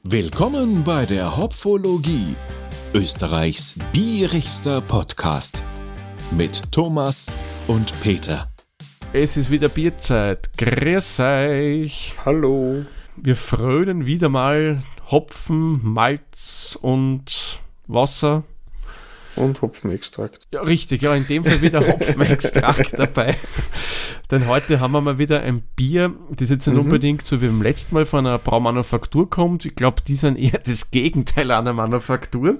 Willkommen bei der Hopfologie, Österreichs bierigster Podcast mit Thomas und Peter. Es ist wieder Bierzeit. Grüß euch. Hallo. Wir frönen wieder mal Hopfen, Malz und Wasser. Und Hopfenextrakt. Ja, richtig, ja, in dem Fall wieder Hopfenextrakt dabei. Denn heute haben wir mal wieder ein Bier, das jetzt nicht unbedingt so wie beim letzten Mal von einer Braumanufaktur kommt. Ich glaube, die sind eher das Gegenteil einer Manufaktur.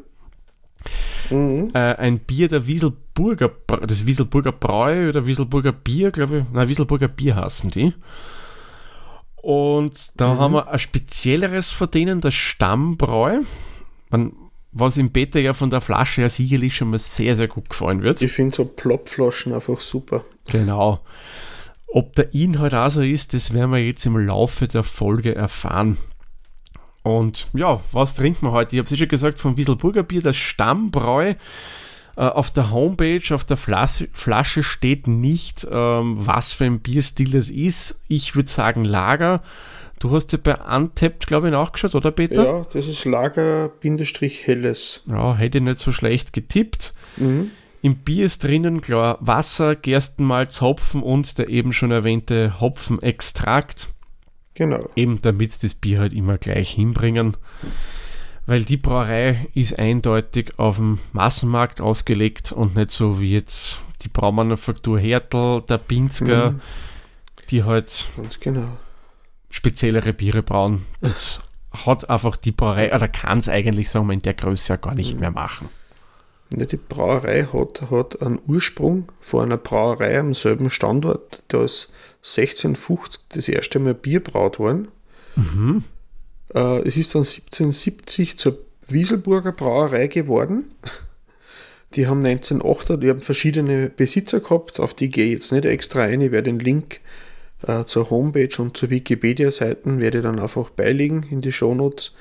Ein Bier der Wieselburger, das Wieselburger Bräu oder Wieselburger Bier, glaube ich. Nein, Wieselburger Bier heißen die. Und da haben wir ein spezielleres von denen, das Stammbräu. Was im Peter ja von der Flasche ja sicherlich schon mal sehr, sehr gut gefallen wird. Ich finde so Plopflaschen einfach super. Genau. Ob der Inhalt auch so ist, das werden wir jetzt im Laufe der Folge erfahren. Und ja, was trinken wir heute? Ich habe es schon gesagt, vom Wieselburger Bier, das Stammbräu. Auf der Homepage, auf der Flasche steht nicht, was für ein Bierstil es ist. Ich würde sagen Lager. Du hast ja bei Untappd, glaube ich, nachgeschaut, oder Peter? Ja, das ist Lager-Helles. Ja, hätte ich nicht so schlecht getippt. Im Bier ist drinnen, klar, Wasser, Gerstenmalz, Hopfen und der eben schon erwähnte Hopfenextrakt. Genau. Eben damit das Bier halt immer gleich hinbringen. Weil die Brauerei ist eindeutig auf dem Massenmarkt ausgelegt und nicht so wie jetzt die Braumanufaktur Hertel, der Pinzger, die halt ganz genau speziellere Biere brauen. Das hat einfach die Brauerei, oder kann es eigentlich, sagen wir, in der Größe ja gar nicht mehr machen. Die Brauerei hat einen Ursprung von einer Brauerei am selben Standort. Da ist 1650 das erste Mal Bier braut worden. Es ist dann 1770 zur Wieselburger Brauerei geworden. Die haben 1908, die haben verschiedene Besitzer gehabt, auf die gehe ich jetzt nicht extra ein. Ich werde den Link zur Homepage und zur Wikipedia-Seiten werde ich dann einfach beilegen in die Shownotes.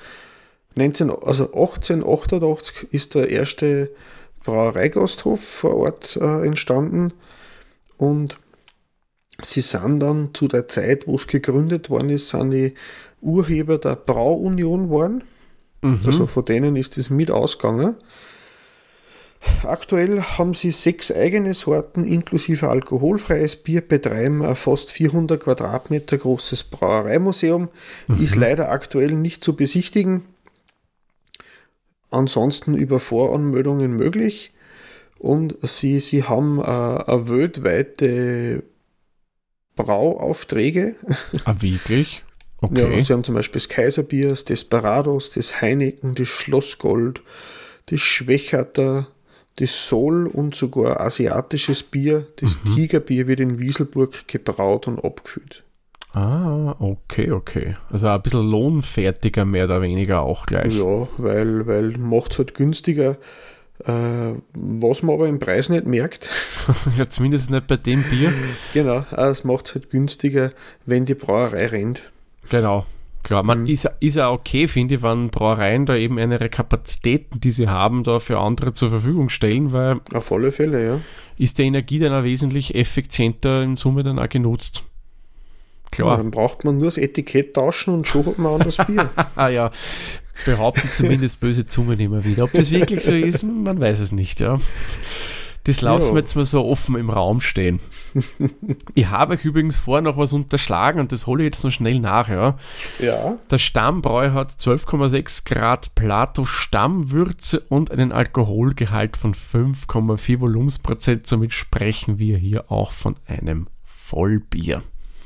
1888 ist der erste Brauereigasthof vor Ort entstanden und sie sind dann zu der Zeit, wo es gegründet worden ist, sind die Urheber der Brauunion geworden. Also von denen ist es mit ausgegangen. Aktuell haben sie 6 eigene Sorten inklusive alkoholfreies Bier, betreiben ein fast 400 Quadratmeter großes Brauereimuseum, ist leider aktuell nicht zu besichtigen. Ansonsten über Voranmeldungen möglich und sie haben eine weltweite Brauaufträge. Ah, wirklich? Okay. Ja, sie haben zum Beispiel das Kaiserbier, das Desperados, das Heineken, das Schlossgold, das Schwächerter, das Sol und sogar asiatisches Bier, das Tigerbier wird in Wieselburg gebraut und abgefüllt. Ah, okay. Also ein bisschen lohnfertiger mehr oder weniger auch gleich. Ja, weil macht es halt günstiger, was man aber im Preis nicht merkt. Ja, zumindest nicht bei dem Bier. Genau, es macht es halt günstiger, wenn die Brauerei rennt. Genau. Klar, ist ja okay, finde ich, wenn Brauereien da eben ihre Kapazitäten, die sie haben, da für andere zur Verfügung stellen, weil auf alle Fälle, ja. Ist die Energie dann auch wesentlich effizienter in Summe dann auch genutzt. Klar. Ja, dann braucht man nur das Etikett tauschen und schon hat man ein anderes Bier. Ah ja, behaupten zumindest böse Zungen immer wieder. Ob das wirklich so ist, man weiß es nicht, ja. Das lassen wir jetzt mal so offen im Raum stehen. Ich habe euch übrigens vorher noch was unterschlagen und das hole ich jetzt noch schnell nach. Ja. Der Stammbräu hat 12,6 Grad Plato Stammwürze und einen Alkoholgehalt von 5,4 Volumensprozent. Somit sprechen wir hier auch von einem Vollbier.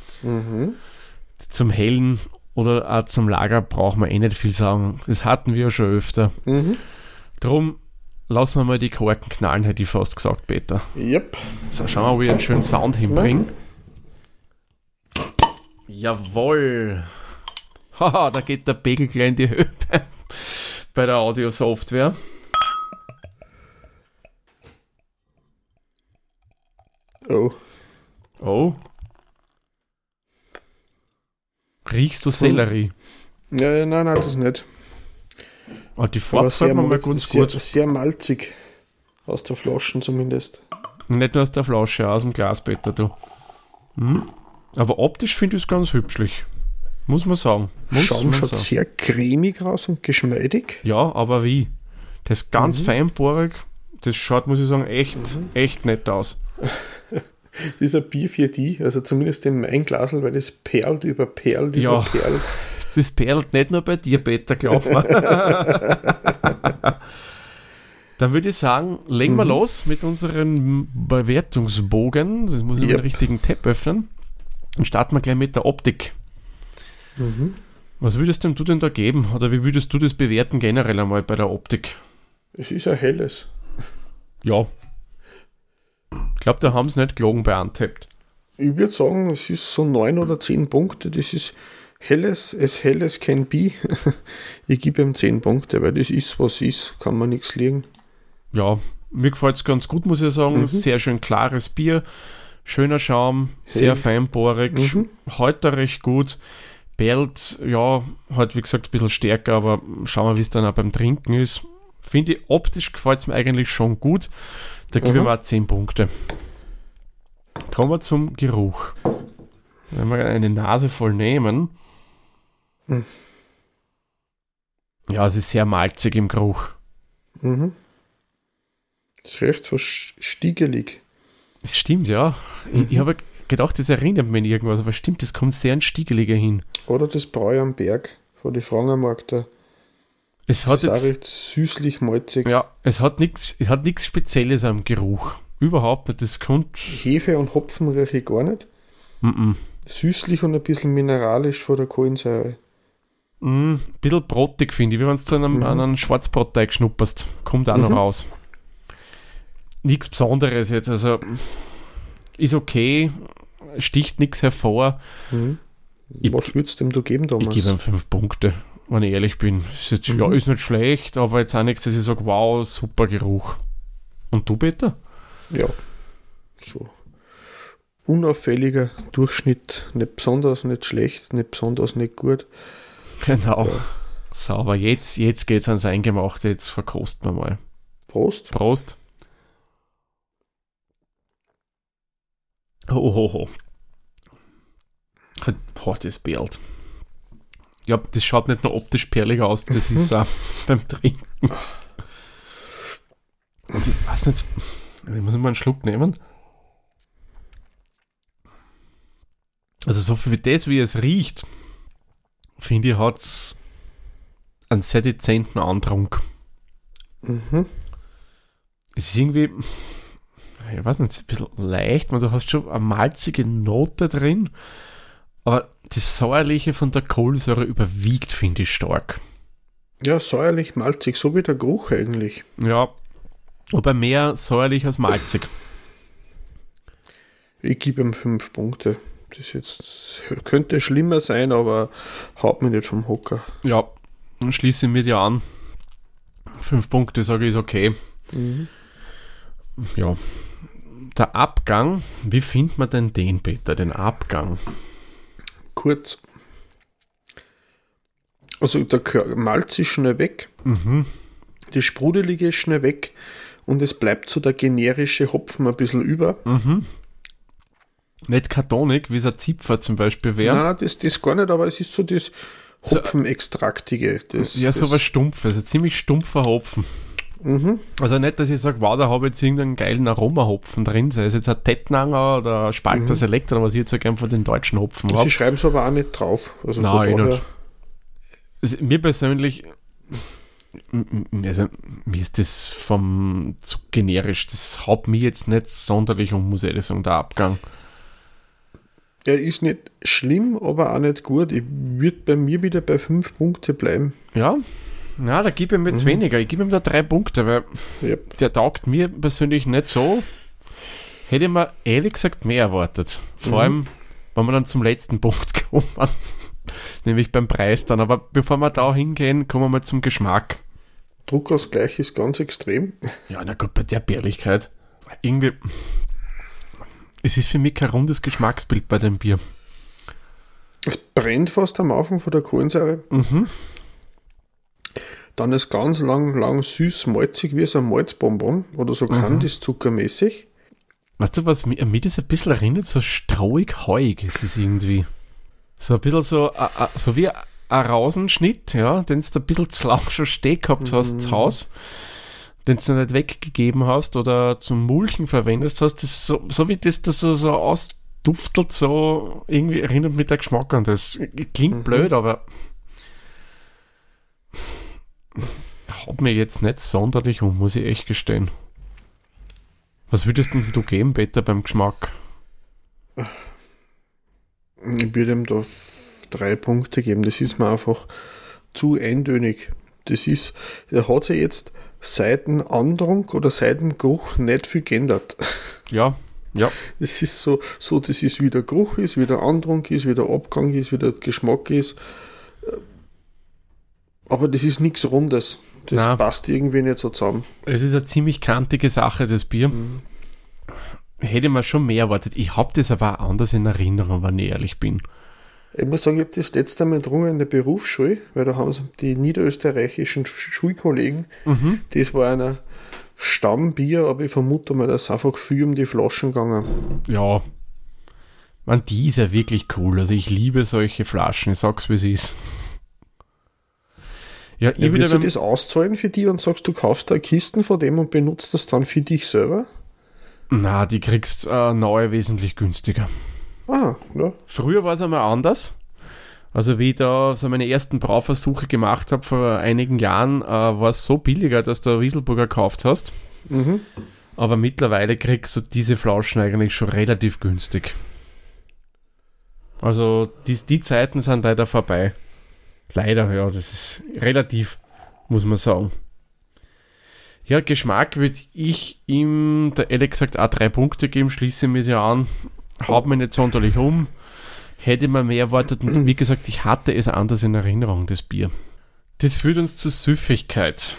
Zum Hellen oder auch zum Lager brauchen wir nicht viel sagen. Das hatten wir ja schon öfter. Drum lassen wir mal die Korken knallen, hätte ich fast gesagt, Peter. Yep. So, schauen wir, ob ich einen schönen Sound hinbringe. Jawohl. Haha, da geht der Pegel gleich in die Höhe bei der Audio-Software. Oh. Riechst du Sellerie? Ja, nein, das nicht. Oh, die Farbe gefällt mir mal ganz gut. Sehr malzig. Aus der Flasche zumindest. Nicht nur aus der Flasche, aus dem Glas, Peter, du. Aber optisch finde ich es ganz hübschlich. Muss man sagen. Schaut sehr cremig aus und geschmeidig. Ja, aber wie? Das ist ganz feinporig. Das schaut, muss ich sagen, echt nett aus. Das ist ein Bier für die, also zumindest in mein Glasl, weil das perlt über perlt über perlt. Das perlt nicht nur bei dir, Peter, glaub mir. Dann würde ich sagen, legen wir los mit unserem Bewertungsbogen. Das muss ich den richtigen Tab öffnen. Und starten wir gleich mit der Optik. Was würdest du denn da geben? Oder wie würdest du das bewerten generell einmal bei der Optik? Es ist ein helles. Ja. Ich glaube, da haben sie nicht gelogen bei Untapped. Ich würde sagen, es ist so 9 oder 10 Punkte. Das ist helles, as hell as can be. Ich gebe ihm 10 Punkte, weil das ist, was ist. Kann man nichts liegen. Ja, mir gefällt es ganz gut, muss ich sagen. Sehr schön klares Bier. Schöner Schaum, sehr feinporig. Heute recht gut. Perlt, ja, halt wie gesagt ein bisschen stärker, aber schauen wir, wie es dann auch beim Trinken ist. Finde ich, optisch gefällt es mir eigentlich schon gut. Da gebe ich mir auch 10 Punkte. Kommen wir zum Geruch. Wenn wir eine Nase voll nehmen. Ja, es ist sehr malzig im Geruch. Das riecht so stiegelig. Das stimmt, ja. Ich habe gedacht, das erinnert mich an irgendwas, aber stimmt, das kommt sehr an Stiegeliger hin. Oder das Bräu am Berg von den Frangermarkt da. Es hat das ist auch recht süßlich, malzig. Ja, es hat nichts Spezielles am Geruch. Überhaupt nicht. Das kommt. Hefe und Hopfen rieche ich gar nicht. Süßlich und ein bisschen mineralisch von der Kohlensäure. Ein bisschen brotig, finde ich, wie wenn du zu einem Schwarzbrotteig schnupperst. Kommt auch noch raus. Nichts Besonderes jetzt, also ist okay, sticht nichts hervor. Was würdest du dem geben, Thomas? Ich gebe ihm 5 Punkte, wenn ich ehrlich bin. Ist jetzt, ja, ist nicht schlecht, aber jetzt auch nichts, dass ich sage, wow, super Geruch. Und du, Peter? Ja, so unauffälliger Durchschnitt, nicht besonders, nicht schlecht, nicht besonders, nicht gut. Genau. Ja. Sauber, jetzt geht es ans Eingemachte, jetzt verkosten wir mal. Prost. Prost. Oh. Das perlt. Ja, das schaut nicht nur optisch perlig aus, das ist auch beim Trinken. Und ich weiß nicht, ich muss mal einen Schluck nehmen. Also so viel wie das, wie es riecht, finde ich, hat es einen sehr dezenten Antrunk. Es ist irgendwie, ich weiß nicht, ein bisschen leicht, du hast schon eine malzige Note drin, aber das Säuerliche von der Kohlensäure überwiegt, finde ich, stark. Ja, säuerlich, malzig, so wie der Geruch eigentlich. Ja, aber mehr säuerlich als malzig. Ich gebe ihm 5 Punkte. Das jetzt könnte schlimmer sein, aber haut mich nicht vom Hocker. Ja, dann schließe ich mir dir an. 5 Punkte, sage ich, ist okay. Ja. Der Abgang, wie findet man denn den, Peter, den Abgang? Kurz. Also der Malz ist schnell weg, das Sprudelige ist schnell weg und es bleibt so der generische Hopfen ein bisschen über. Nicht kartonig, wie es ein Zipfer zum Beispiel wäre. Nein, das gar nicht, aber es ist so das Hopfenextraktige. So was Stumpfes, ein ziemlich stumpfer Hopfen. Also nicht, dass ich sage, wow, da habe ich jetzt irgendeinen geilen Aromahopfen drin, sei es jetzt ein Tettnanger oder ein Spalter Select oder was ich jetzt so gern von den deutschen Hopfen habe. Sie schreiben es aber auch nicht drauf. Also nein, nicht. Also mir persönlich, also mir ist das zu generisch, das haut mich jetzt nicht sonderlich muss ich ehrlich sagen, der Abgang. Er ist nicht schlimm, aber auch nicht gut. Ich würde bei mir wieder bei 5 Punkte bleiben. Ja, da gebe ich ihm jetzt weniger. Ich gebe ihm da 3 Punkte, weil der taugt mir persönlich nicht so. Hätte ich mir ehrlich gesagt mehr erwartet. Vor allem, wenn wir dann zum letzten Punkt kommen. Nämlich beim Preis dann. Aber bevor wir da hingehen, kommen wir mal zum Geschmack. Druckausgleich ist ganz extrem. Ja, na gut, bei der Bärlichkeit. Irgendwie, es ist für mich kein rundes Geschmacksbild bei dem Bier. Es brennt fast am Anfang von der Kohlensäure. Dann ist ganz lang süß, malzig wie so ein Malzbonbon oder so Kandiszuckermäßig. Weißt du, was mich das ein bisschen erinnert? So strauig heuig ist es irgendwie. So ein bisschen so wie ein Rausenschnitt, ja, den du ein bisschen zu lang schon stehen gehabt hast zu Haus, den du nicht weggegeben hast oder zum Mulchen verwendet hast, das so wie das so ausduftelt, so irgendwie erinnert mich der Geschmack an das. Klingt blöd, aber haut mir jetzt nicht sonderlich muss ich echt gestehen. Was würdest denn du geben, Peter, beim Geschmack? Ich würde ihm da 3 Punkte geben. Das ist mir einfach zu eintönig. Er hat sich jetzt seit dem Andrunk oder seit dem Geruch nicht viel geändert. Ja. Das ist so das ist wieder Geruch ist, wieder Andrunk ist, wieder Abgang ist, wieder Geschmack ist. Aber das ist nichts Rundes. Das passt irgendwie nicht so zusammen. Es ist eine ziemlich kantige Sache, das Bier. Hätte man schon mehr erwartet. Ich habe das aber auch anders in Erinnerung, wenn ich ehrlich bin. Ich muss sagen, ich habe das letzte Mal getrunken in der Berufsschule, weil da haben sie die niederösterreichischen Schulkollegen, das war ein Stammbier, aber ich vermute mal, dass es einfach viel um die Flaschen gegangen. Ja, man, die ist ja wirklich cool. Also ich liebe solche Flaschen, ich sag's wie es ist. Ja, willst du das auszahlen für die und sagst, du kaufst da Kisten von dem und benutzt das dann für dich selber? Na, die kriegst neu wesentlich günstiger. Ah, ja. Früher war es einmal anders. Also wie ich da so meine ersten Brauversuche gemacht habe vor einigen Jahren, war es so billiger, dass du Rieselburger gekauft hast. Aber mittlerweile kriegst du diese Flaschen eigentlich schon relativ günstig. Also die Zeiten sind leider vorbei. Leider, ja, das ist relativ, muss man sagen. Ja, Geschmack würde ich ihm, da ehrlich gesagt, auch 3 Punkte geben, schließe mich ja an. Haut mich nicht sonderlich um. Hätte man mehr erwartet und wie gesagt, ich hatte es anders in Erinnerung, das Bier. Das führt uns zur Süffigkeit.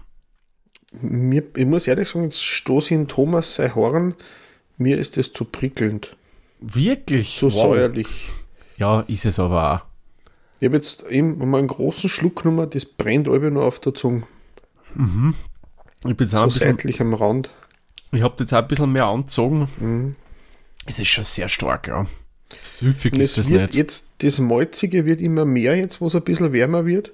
Ich muss ehrlich sagen, jetzt stoße ich in Thomas sein Horn, mir ist das zu prickelnd. Wirklich? Zu säuerlich. Ja, ist es aber auch. Ich habe jetzt eben mal einen großen Schluck genommen, das brennt alle noch auf der Zunge. Ich bin so seitlich am Rand. Ich habe jetzt auch ein bisschen mehr angezogen. Es ist schon sehr stark, ja. Süffig und ist das nicht. Jetzt, das Malzige wird immer mehr, jetzt wo es ein bisschen wärmer wird.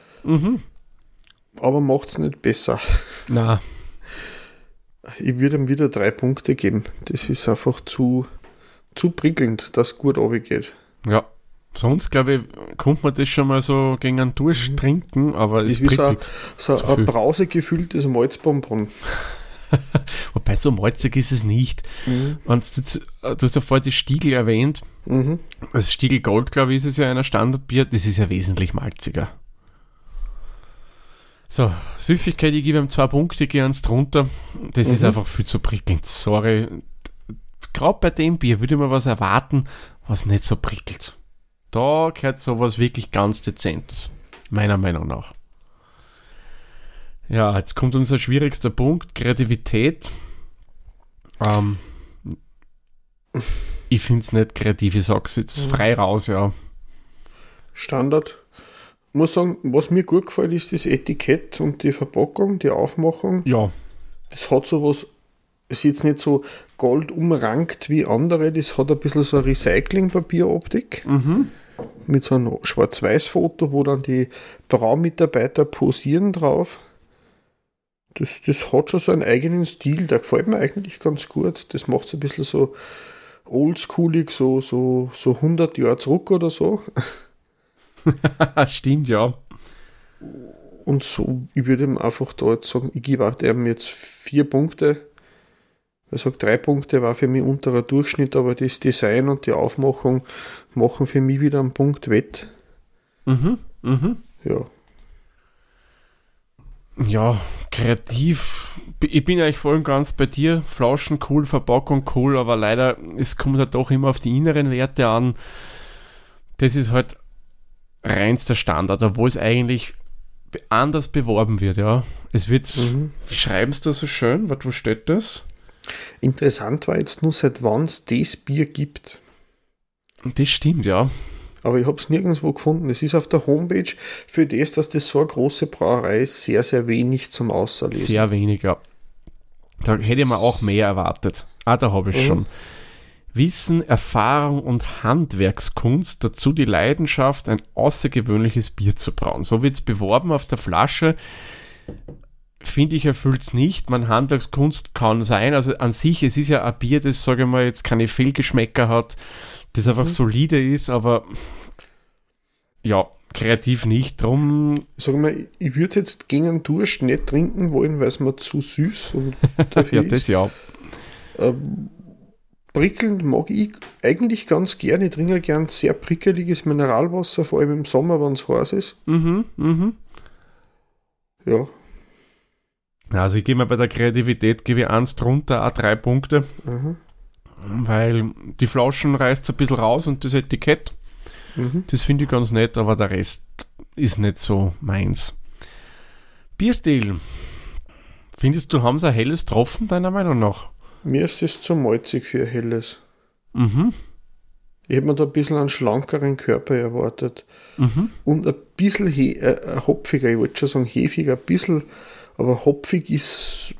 Aber macht es nicht besser. Nein. Ich würde ihm wieder 3 Punkte geben. Das ist einfach zu prickelnd, dass es gut runtergeht. Ja. Sonst, glaube ich, kommt man das schon mal so gegen einen Durst trinken, aber es prickelt. So ein brausegefülltes Malzbonbon. Wobei, so malzig ist es nicht. Du hast ja vorher die Stiegl erwähnt. Das Stiegl Gold, glaube ich, ist es ja ein Standardbier. Das ist ja wesentlich malziger. So, Süffigkeit, ich gebe ihm 2 Punkte, gehe eins drunter. Das ist einfach viel zu prickelnd. Sorry. Gerade bei dem Bier würde ich mir was erwarten, was nicht so prickelt. Da gehört sowas wirklich ganz Dezentes. Meiner Meinung nach. Ja, jetzt kommt unser schwierigster Punkt, Kreativität. Ich finde es nicht kreativ, ich sag's jetzt frei raus, ja. Standard. Ich muss sagen, was mir gut gefällt, ist das Etikett und die Verpackung, die Aufmachung. Ja. Das hat sowas, es ist jetzt nicht so gold umrankt wie andere, das hat ein bisschen so eine Recycling-Papieroptik. Mit so einem Schwarz-Weiß-Foto, wo dann die Braumitarbeiter posieren drauf. Das hat schon so einen eigenen Stil, der gefällt mir eigentlich ganz gut. Das macht es ein bisschen so oldschoolig, so 100 Jahre zurück oder so. Stimmt, ja. Und so, ich würde ihm einfach da jetzt sagen, ich gebe auch dem jetzt 4 Punkte. Ich sage, 3 Punkte war für mich unterer Durchschnitt, aber das Design und die Aufmachung machen für mich wieder einen Punkt wett. Ja. Ja, kreativ. Ich bin eigentlich voll und ganz bei dir. Flaschen cool, Verpackung cool, aber leider, es kommt halt doch immer auf die inneren Werte an. Das ist halt reinster Standard, obwohl es eigentlich anders beworben wird, ja. Es wird, wie schreiben sie das so schön? Wo steht das? Interessant war jetzt nur, seit wann es das Bier gibt. Das stimmt, ja. Aber ich habe es nirgendwo gefunden. Es ist auf der Homepage für das, dass das so eine große Brauerei ist, sehr, sehr wenig zum Auslesen. Sehr wenig, ja. Da hätte ich mir auch mehr erwartet. Da habe ich schon. Wissen, Erfahrung und Handwerkskunst, dazu die Leidenschaft, ein außergewöhnliches Bier zu brauen. So wird es beworben auf der Flasche. Finde ich, erfüllt es nicht. Man, Handwerkskunst kann sein. Also an sich, es ist ja ein Bier, das, sage ich mal, jetzt keine Fehlgeschmäcker hat, das einfach solide ist, aber ja, kreativ nicht. Drum. Sag mal, ich würde jetzt gegen einen Durst nicht trinken wollen, weil es mir zu süß und dafür ja, das ja. Prickelnd mag ich eigentlich ganz gerne. Ich trinke gern sehr prickeliges Mineralwasser, vor allem im Sommer, wenn es heiß ist. Ja. Also ich gebe mir bei der Kreativität 1 drunter, auch 3 Punkte. Weil die Flaschen reißt ein bisschen raus und das Etikett, das finde ich ganz nett, aber der Rest ist nicht so meins. Bierstil. Findest du, haben sie ein helles getroffen, deiner Meinung nach? Mir ist das zu malzig für ein helles. Ich hätte mir da ein bisschen einen schlankeren Körper erwartet. Und ein bisschen hopfiger, ich wollte schon sagen hefiger, ein bisschen, aber hopfig ist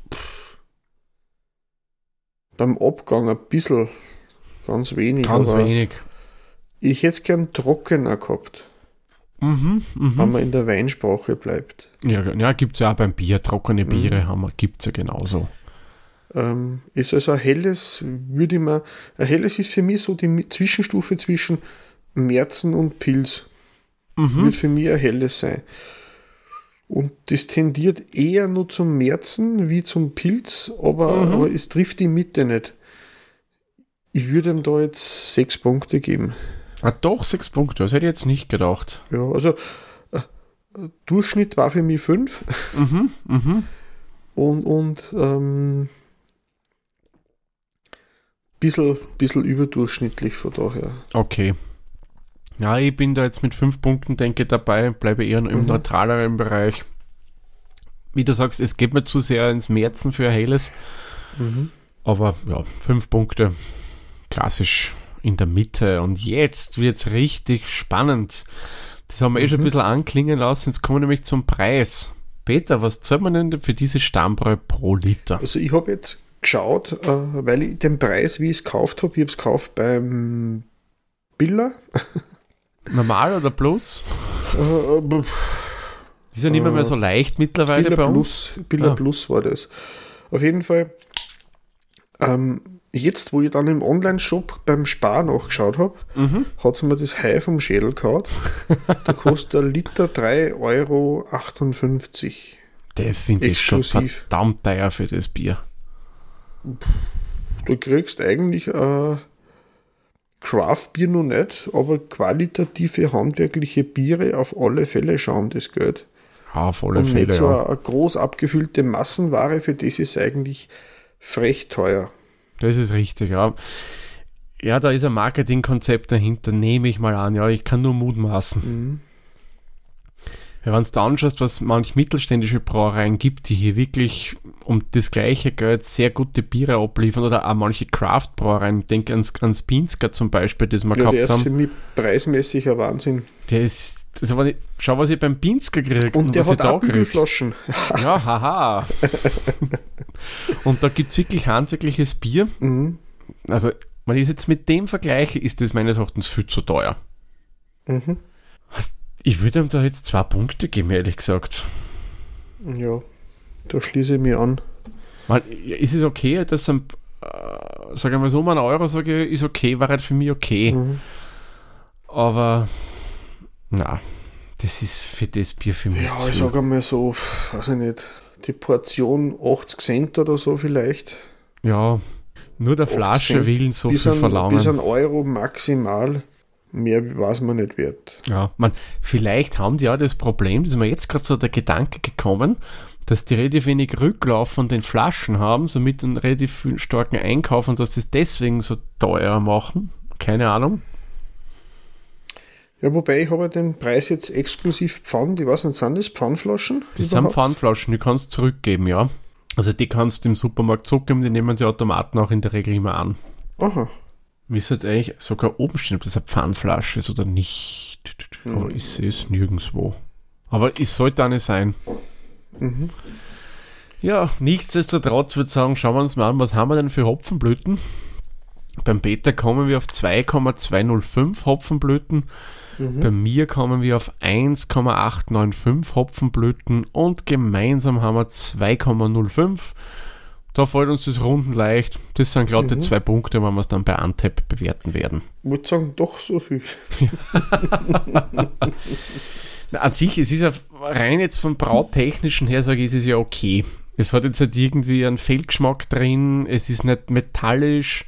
beim Abgang ein bisschen, ganz wenig. Ganz wenig. Ich hätte es gern trockener gehabt. Wenn man in der Weinsprache bleibt. Ja, gibt es ja auch beim Bier. Trockene Biere gibt es ja genauso. Ist also ein helles, ein helles ist für mich so die Zwischenstufe zwischen Märzen und Pils. Wird für mich ein helles sein. Und das tendiert eher nur zum Märzen wie zum Pilz, aber es trifft die Mitte nicht. Ich würde ihm da jetzt 6 Punkte geben. Ah, doch, 6 Punkte, das hätte ich jetzt nicht gedacht. Ja, also Durchschnitt war für mich 5. Und bisschen überdurchschnittlich von daher. Okay. Ja, ich bin da jetzt mit 5 Punkten, denke dabei, bleibe eher im neutraleren Bereich. Wie du sagst, es geht mir zu sehr ins Märzen für ein helles. Aber ja, 5 Punkte. Klassisch in der Mitte. Und jetzt wird es richtig spannend. Das haben wir schon ein bisschen anklingen lassen. Jetzt kommen wir nämlich zum Preis. Peter, was zahlt man denn für diese Stammbräu pro Liter? Also ich habe jetzt geschaut, weil ich den Preis, wie ich es gekauft habe, ich habe es gekauft beim Billa. Normal oder Plus? Die sind immer mehr so leicht mittlerweile Billa bei uns. Billa Plus war das. Auf jeden Fall, jetzt, wo ich dann im Online-Shop beim Spar nachgeschaut habe, hat es mir das Hai vom Schädel gehauen. Da kostet ein Liter 3,58 €. Das finde ich schon verdammt teuer für das Bier. Du kriegst eigentlich Craft-Bier noch nicht, aber qualitative, handwerkliche Biere auf alle Fälle schauen das Geld. Ja, auf alle und Fälle, nicht so ja. eine groß abgefüllte Massenware, für das ist eigentlich frech teuer. Das ist richtig, ja. Ja, da ist ein Marketingkonzept dahinter, nehme ich mal an. Ja, ich kann nur mutmaßen. Ja, wenn du da anschaust, was manche mittelständische Brauereien gibt, die hier wirklich um das gleiche Geld sehr gute Biere abliefern, oder auch manche Craft-Brauereien, ich denke ans Pinsker zum Beispiel, das wir gehabt haben. Der ist für mich preismäßig ein Wahnsinn. Schau, was ich beim Pinsker kriege. Und der hat auch Bügelflaschen. Ja, haha. Und da gibt es wirklich handwerkliches Bier. Also, wenn ich es jetzt mit dem vergleiche, ist das meines Erachtens viel zu teuer. Ich würde ihm da jetzt 2 Punkte geben, ehrlich gesagt. Ja, da schließe ich mich an. Ist es okay, dass sagen wir mal so, um einen Euro sage ich, ist okay, war halt für mich okay. Aber na, das ist für das Bier für mich ja, ich sage einmal so, weiß ich nicht, die Portion 80 Cent oder so vielleicht. Ja, nur der Flasche willen so viel verlangen. Bis 1 Euro maximal. Mehr weiß man nicht wert. Ja, vielleicht haben die auch das Problem, das ist mir jetzt gerade so der Gedanke gekommen, dass die relativ wenig Rücklauf von den Flaschen haben, somit einen relativ starken Einkauf und dass sie es deswegen so teuer machen. Keine Ahnung. Ja, wobei ich habe den Preis jetzt exklusiv Pfand, ich weiß nicht, sind das Pfandflaschen? Das sind Pfandflaschen, die kannst du zurückgeben, ja. Also die kannst du im Supermarkt zurückgeben, die nehmen die Automaten auch in der Regel immer an. Aha. Wie sollte eigentlich sogar oben stehen, ob das eine Pfandflasche ist oder nicht. Aber ich sehe es nirgendwo. Aber es sollte eine sein. Ja, nichtsdestotrotz würde ich sagen, schauen wir uns mal an, was haben wir denn für Hopfenblüten? Beim Peter kommen wir auf 2,205 Hopfenblüten. Bei mir kommen wir auf 1,895 Hopfenblüten und gemeinsam haben wir 2,05. Da fällt uns das Runden leicht. Das sind glatte 2 Punkte, wenn wir es dann bei Antep bewerten werden. Ich würde sagen, doch so viel. Na, an sich, es ist ja rein jetzt vom Brautechnischen her, sage ich, ist es ja okay. Es hat jetzt halt irgendwie einen Fehlgeschmack drin, es ist nicht metallisch,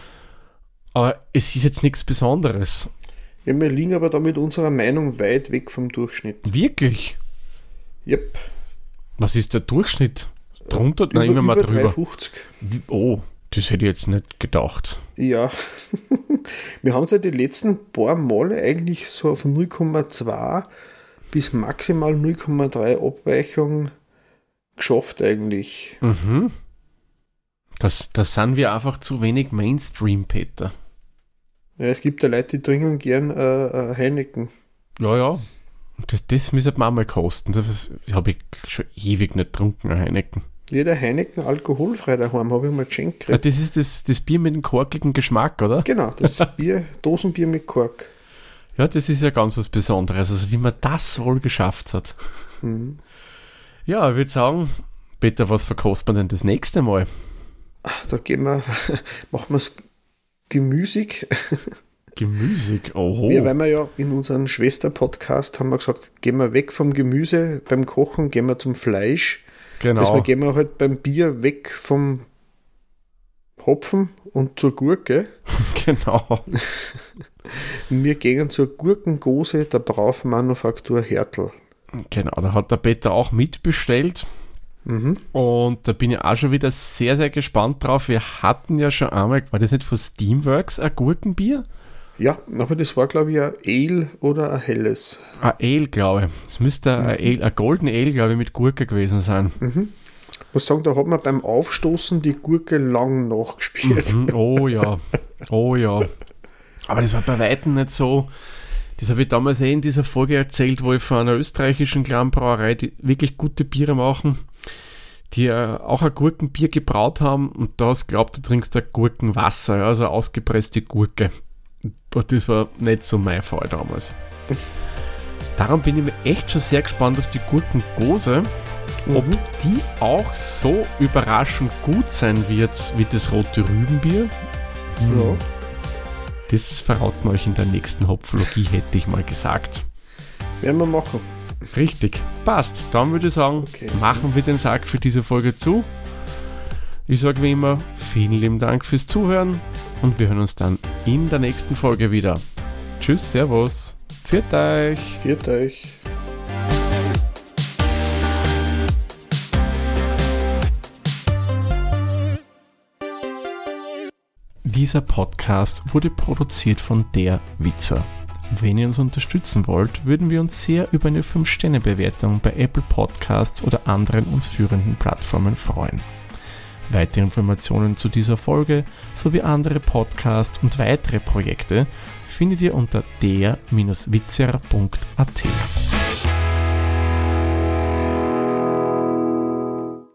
aber es ist jetzt nichts Besonderes. Ja, wir liegen aber da mit unserer Meinung weit weg vom Durchschnitt. Wirklich? Yep. Was ist der Durchschnitt? Drunter? Nein, immer mal drüber. 3,50. Oh, das hätte ich jetzt nicht gedacht. Ja, wir haben es ja die letzten paar Male eigentlich so auf 0,2 bis maximal 0,3 Abweichung geschafft eigentlich. Mhm. Das sind wir einfach zu wenig Mainstream, Peter. Ja, es gibt ja Leute, die trinken gern Heineken. Ja. Das müssen wir auch mal kosten. Das habe ich schon ewig nicht getrunken, ein Heineken. Jeder Heineken alkoholfrei daheim, habe ich mal geschenkt Ja, gekriegt. das ist das Bier mit dem korkigen Geschmack, oder? Genau, das Bier, Dosenbier mit Kork. Ja, das ist ja ganz was Besonderes. Also wie man das wohl geschafft hat. Mhm. Ja, ich würde sagen, Peter, was verkosten wir denn das nächste Mal? Da machen wir es gemüsig. Gemüsig, oho. Ja, weil wir ja in unserem Schwester-Podcast haben wir gesagt, gehen wir weg vom Gemüse beim Kochen, gehen wir zum Fleisch. Genau. Deswegen gehen wir halt beim Bier weg vom Hopfen und zur Gurke. Genau. Wir gehen zur Gurkengose der Braufmanufaktur Hertel. Genau, da hat der Peter auch mitbestellt. Und da bin ich auch schon wieder sehr, sehr gespannt drauf. Wir hatten ja schon einmal, war das nicht von Steamworks, ein Gurkenbier? Ja, aber das war, glaube ich, ein Ale oder ein helles. Ein Ale, glaube ich. Es müsste ein Golden Ale, glaube ich, mit Gurke gewesen sein. Ich muss sagen, da hat man beim Aufstoßen die Gurke lang nachgespielt. Oh ja. Aber das war bei Weitem nicht so. Das habe ich damals in dieser Folge erzählt, wo ich von einer österreichischen kleinen Brauerei, die wirklich gute Biere machen, die auch ein Gurkenbier gebraut haben und da hast du glaubt, du trinkst ein Gurkenwasser, also eine ausgepresste Gurke. Und das war nicht so mein Fall damals. Darum bin ich mir echt schon sehr gespannt auf die Gurkengose, ob die auch so überraschend gut sein wird wie das rote Rübenbier. Ja. Das verraten wir euch in der nächsten Hopfologie, hätte ich mal gesagt. Werden wir machen. Richtig, passt. Dann würde ich sagen, machen wir den Sack für diese Folge zu. Ich sage wie immer, vielen lieben Dank fürs Zuhören und wir hören uns dann in der nächsten Folge wieder. Tschüss, Servus, pfiat euch. Pfiat euch. Dieser Podcast wurde produziert von Der Witzer. Wenn ihr uns unterstützen wollt, würden wir uns sehr über eine 5-Sterne-Bewertung bei Apple Podcasts oder anderen uns führenden Plattformen freuen. Weitere Informationen zu dieser Folge sowie andere Podcasts und weitere Projekte findet ihr unter der-witzer.at.